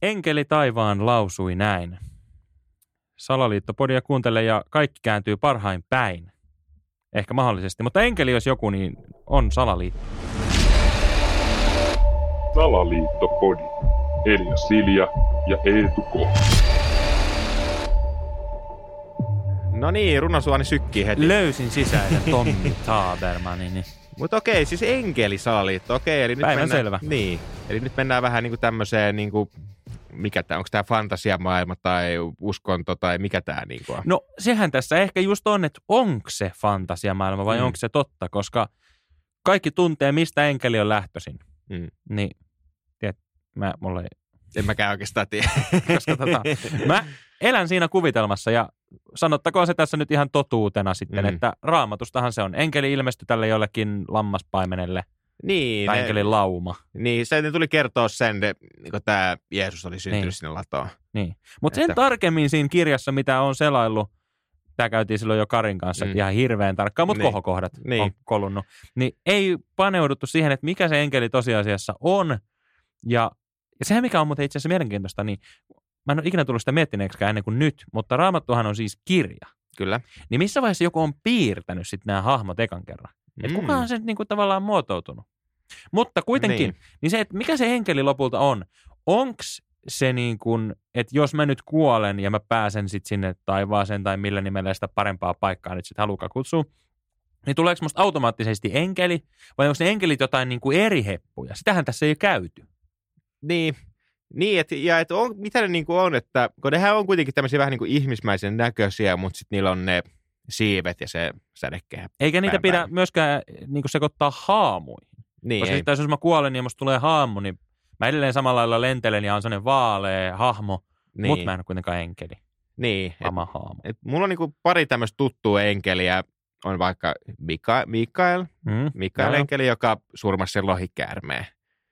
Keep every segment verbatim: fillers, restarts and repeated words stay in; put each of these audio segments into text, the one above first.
Enkeli taivaan lausui näin. Salaliittopodia kuuntele ja kaikki kääntyy parhain päin. Ehkä mahdollisesti, mutta enkeli jos joku, niin on salaliitto. Salaliittopodi. Elia Silja ja Eetu K. No niin, runosuoni sykkii heti. Löysin sisäisen Tommi Tabermanin. Mutta okei, siis enkelisalaliitto. Okei, eli nyt Päivän mennään, selvä. Niin, eli nyt mennään vähän niin kuin tämmöiseen, niin kuin, mikä tämä, onko tämä fantasiamaailma tai uskonto tai mikä tämä niin kuin on? No sehän tässä ehkä just on, että onko se fantasiamaailma vai mm. onko se totta, koska kaikki tuntee, mistä enkeli on lähtöisin. Mm. Niin, tiedät, mä, mulla ei... En mäkään oikeastaan tiedä. Koska tota, mä elän siinä kuvitelmassa ja sanottakoon se tässä nyt ihan totuutena sitten, mm. että Raamatustahan se on. Enkeli ilmestyi tälle jollekin lammaspaimenelle. Niin. Tai enkelin lauma. Niin, se tuli kertoa sen, niin kun tämä Jeesus oli syntynyt niin. sinne latoon. Niin, mutta sen että... tarkemmin siinä kirjassa, mitä on selaillut, tämä käytiin silloin jo Karin kanssa, mm. ihan hirveän tarkkaan, mutta niin. kohokohdat niin. on kolunnut, niin ei paneuduttu siihen, että mikä se enkeli tosiasiassa on. Ja, ja sehän, mikä on muuten itse asiassa mielenkiintoista, niin mä en ole ikinä tullut sitä miettineeksikään ennen kuin nyt, mutta Raamattuhan on siis kirja. Kyllä. Niin missä vaiheessa joku on piirtänyt sitten nämä hahmot ekan kerran? Mm. Että kuka on se niinku tavallaan muotoutunut? Mutta kuitenkin, niin. niin se, että mikä se enkeli lopulta on? Onks se niin kuin, että jos mä nyt kuolen ja mä pääsen sitten sinne taivaaseen tai millä nimellä sitä parempaa paikkaa nyt sitten halukaa kutsua, niin tuleeko musta automaattisesti enkeli vai onko ne enkelit jotain niin kuin eri heppuja? Sitähän tässä ei käy. Niin, niin et, ja et on, mitä ne niin kuin on, että kun nehän on kuitenkin tämmöisiä vähän niin kuin ihmismäisen näköisiä, mutta sitten niillä on ne siivet ja se sädekehä. Eikä niitä pidä myöskään niin kuin sekoittaa haamuihin. Niin, koska sitten jos mä kuolen ja musta tulee haamu, niin mä edelleen samalla lailla lentelen ja on sellainen vaalea hahmo, niin. mutta mä en ole kuitenkaan enkeli. Niin. Sama haamu. Et, et mulla on niinku pari tämmöistä tuttua enkeliä. On vaikka Mika, Mikael, mm, Mikael enkeli, joka surmasi sen lohikäärmeen.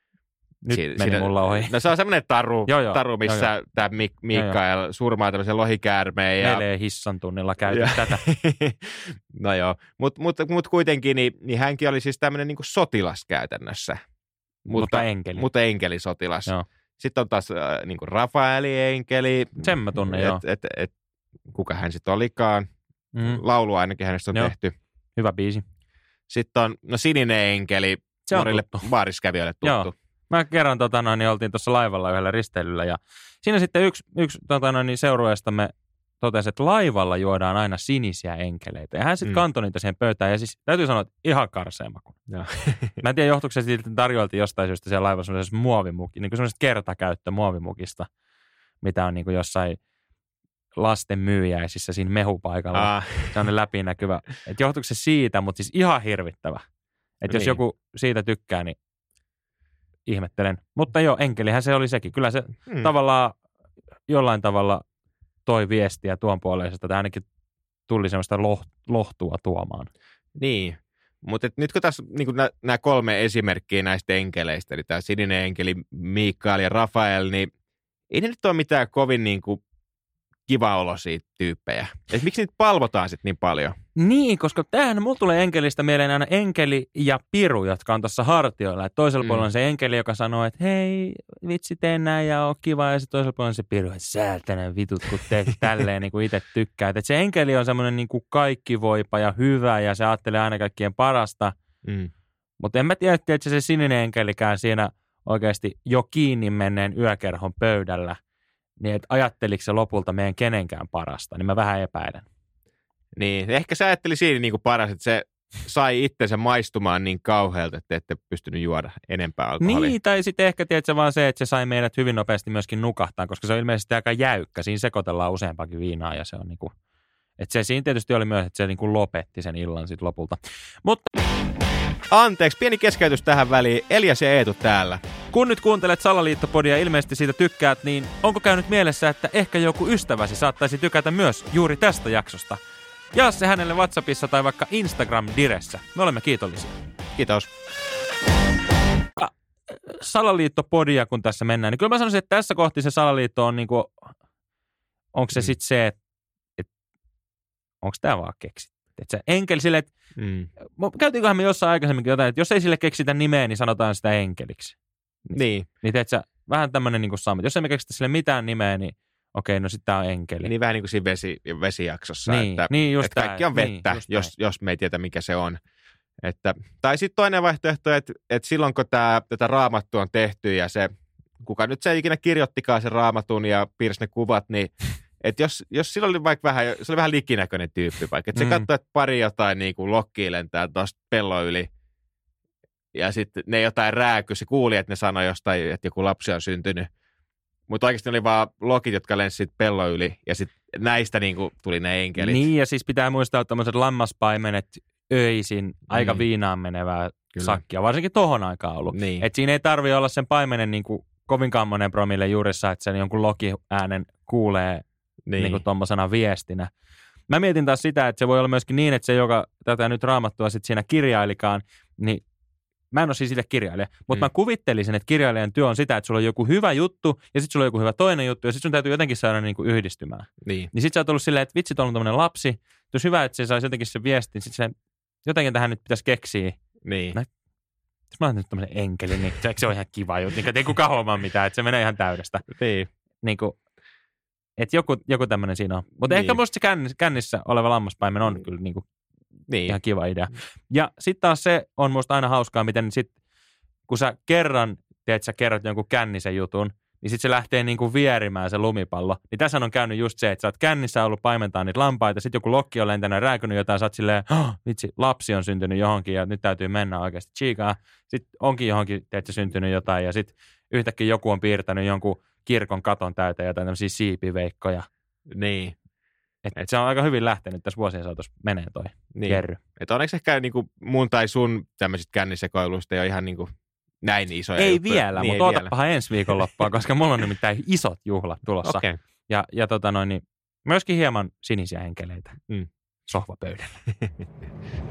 Nyt si- meni siinä, mulla ohi. No se on semmoinen taru, joo, joo, taru missä tämä Mik- Mikael joo, joo. surmaa tämmöisen lohikäärmeen. Meillä ei hissan tunnilla käyty tätä. No joo, mutta mut, mut kuitenkin niin, niin hänkin oli siis tämmöinen niinku sotilas käytännössä. Mutta, mutta enkeli. Mutta enkelisotilas. Joo. Sitten on taas äh, niinku Rafaeli enkeli. Sen mä tunnen, et, joo. Et, et, kuka hän sitten olikaan. Mm. Laulu ainakin hänestä on joo. tehty. Hyvä biisi. Sitten on no Sininen enkeli. Se on monille baariskävijöille tuttu. Joo. Mä kerran tota noin, niin oltiin tuossa laivalla yhdellä risteilyllä ja siinä sitten yksi, yksi tota noin, niin seurueestamme totesi, että laivalla juodaan aina sinisiä enkeleitä. Ja hän sitten mm. kantoi niitä siihen pöytään ja siis täytyy sanoa, että ihan karsea maku. Mä en tiedä, johtuuko se siitä, että tarjoiltiin jostain syystä siellä laivalla sellaisessa muovimuki, niin kuin sellaisesta kertakäyttö muovimukista, mitä on niin kuin jossain lasten myyjäisissä siinä mehupaikalla. Ah. Se on ne läpinäkyvä. Että johtuuko se siitä, mutta siis ihan hirvittävä. Että jos niin. joku siitä tykkää, niin ihmettelen. Mutta joo, enkelihän se oli sekin. Kyllä se hmm. tavallaan jollain tavalla toi viestiä tuon puoleisesta, että ainakin tuli semmoista lohtua tuomaan. Niin, mutta nyt kun tässä niin nämä kolme esimerkkiä näistä enkeleistä, eli tämä Sininen enkeli, Mikael ja Rafael, niin ei ne nyt ole mitään kovin niin kuin kiva-oloisia tyyppejä. Et miksi niitä palvotaan sitten niin paljon? Niin, koska tämähän, mulla tulee enkelistä mieleen aina enkeli ja piru, jotka on tuossa hartioilla. Et toisella mm. puolella on se enkeli, joka sanoo, että hei, vitsi, tee näin ja on kiva. Ja sitten toisella puolella on se piru, että säätänä vitut, kun teet tälleen niin kuin itse tykkäät. Et se enkeli on semmoinen niin kuin kaikkivoipa ja hyvä ja se ajattelee aina kaikkien parasta. Mm. Mutta en mä tiedä, että se sininen enkelikään siinä oikeasti jo kiinni menneen yökerhon pöydällä, niin että ajatteliko se lopulta meidän kenenkään parasta, niin mä vähän epäilen. Niin, ehkä sä ajatteli siinä niin kuin paras, että se sai itsensä maistumaan niin kauhealta, että ette pystynyt juoda enempää alkoholia. Niin, tai sitten ehkä tiedätkö vaan se, että se sai meidät hyvin nopeasti myöskin nukahtaa, koska se on ilmeisesti aika jäykkä. Siinä sekoitellaan useampakin viinaa ja se on niin kuin, että se siinä tietysti oli myös, että se niin kuin lopetti sen illan sitten lopulta. Mutta anteeksi, pieni keskeytys tähän väliin. Elias ja Eetu täällä. Kun nyt kuuntelet Salaliittopodia ja ilmeisesti siitä tykkäät, niin onko käynyt mielessä, että ehkä joku ystäväsi saattaisi tykätä myös juuri tästä jaksosta? Jaa se hänelle WhatsAppissa tai vaikka Instagram-diressä. Me olemme kiitollisia. Kiitos. Salaliittopodia, kun tässä mennään, niin kyllä mä sanoisin, että tässä kohti se salaliitto on niinku, onko se mm. sitten se, että et, onko tämä vaan keksitty? Että se enkeli sille, että mm. käytiinköhän me jossain aikaisemminkin jotain, että jos ei sille keksitä nimeä, niin sanotaan sitä enkeliksi. Niin. Niin teet sä, vähän tämmöinen niin kuin sama. Jos emme keksitä sille mitään nimeä, niin okei, no sitten tämä on enkeli. Niin vähän niin kuin siinä vesi, vesijaksossa, niin, että, niin just että kaikki on vettä, niin, jos, jos me ei tiedä, mikä se on. Että, tai sitten toinen vaihtoehto, että, että silloin kun tämä, tätä raamattua on tehty ja se, kuka nyt se ikinä kirjoittikaan sen raamatun ja piirsi ne kuvat, niin että jos, jos sillä oli vaikka vähän, se oli vähän likinäköinen tyyppi vaikka, että se mm. katsoi, että pari jotain niin kuin lokkia lentää tuosta pellon yli ja sitten ne jotain rääky, se kuuli, että ne sanoi jostain, että joku lapsi on syntynyt. Mutta oikeasti oli vaan lokit, jotka lensivät pellon yli ja sitten näistä niin kuin tuli ne enkelit. Niin ja siis pitää muistaa, että tämmöiset lammaspaimenet öisin, aika Mm. viinaan menevää Kyllä. sakkia, varsinkin tohon aikaan ollut. Niin. Et siinä ei tarvitse olla sen paimenen niin kuin kovinkaan monen promille juurissa, että sen jonkun lokiäänen kuulee Niin. niin kuin tommosena viestinä. Mä mietin taas sitä, että se voi olla myöskin niin, että se, joka tätä nyt raamattua sit siinä kirjailikaan, niin mä en ole siis itse kirjailija, mutta Mm. mä kuvittelisin, että kirjailijan työ on sitä, että sulla on joku hyvä juttu ja sitten sulla on joku hyvä toinen juttu ja sitten sun täytyy jotenkin saada niin kuin yhdistymään. Niin. Niin sit sä oot ollut silleen, että vitsi, tuolla on tämmöinen lapsi, että olisi hyvä, että se saisi jotenkin se viestin, sit se jotenkin tähän nyt pitäisi keksiä. Niin. No, jos mä oon nyt tämmöisen enkelin, niin se on ihan kiva juttu, niin ei kukaan huomaa mitään, että se menee ihan täydestä. Niin. Niin kuin, että joku, joku tämmöinen siinä on. Mutta Niin. ehkä musta se kännissä, kännissä oleva lammaspaimen on kyllä niin kuin Niin. ihan kiva idea. Ja sitten taas se on musta aina hauskaa, miten sit, kun sä kerran, teet sä kerrot jonkun kännisen jutun, niin sitten se lähtee niinku vierimään se lumipallo. Niin tässä on käynyt just se, että sä oot kännissä ollut paimentaa niitä lampaita, sitten joku lokki on lentänyt ja rääkynyt jotain, sä oot silleen, oh, vitsi, lapsi on syntynyt johonkin ja nyt täytyy mennä oikeasti chiikaa. Sitten onkin johonkin, teet syntynyt jotain ja sitten yhtäkkiä joku on piirtänyt jonkun kirkon katon täyteen jotain tämmöisiä siipiveikkoja. Niin. Et et se on aika hyvin lähtenyt tässä vuosien saatossa menee toi Niin. kerry. Että onneksi ehkä niinku mun tai sun tämmöisistä kännisekoiluista ei ole ihan niinku näin isoja Ei juttuja. vielä, niin, mutta ootapahan ensi viikonloppua, koska mulla on nimittäin isot juhlat tulossa. Okei. Ja, ja tota noin, niin myöskin hieman sinisiä enkeleitä Mm. sohvapöydällä.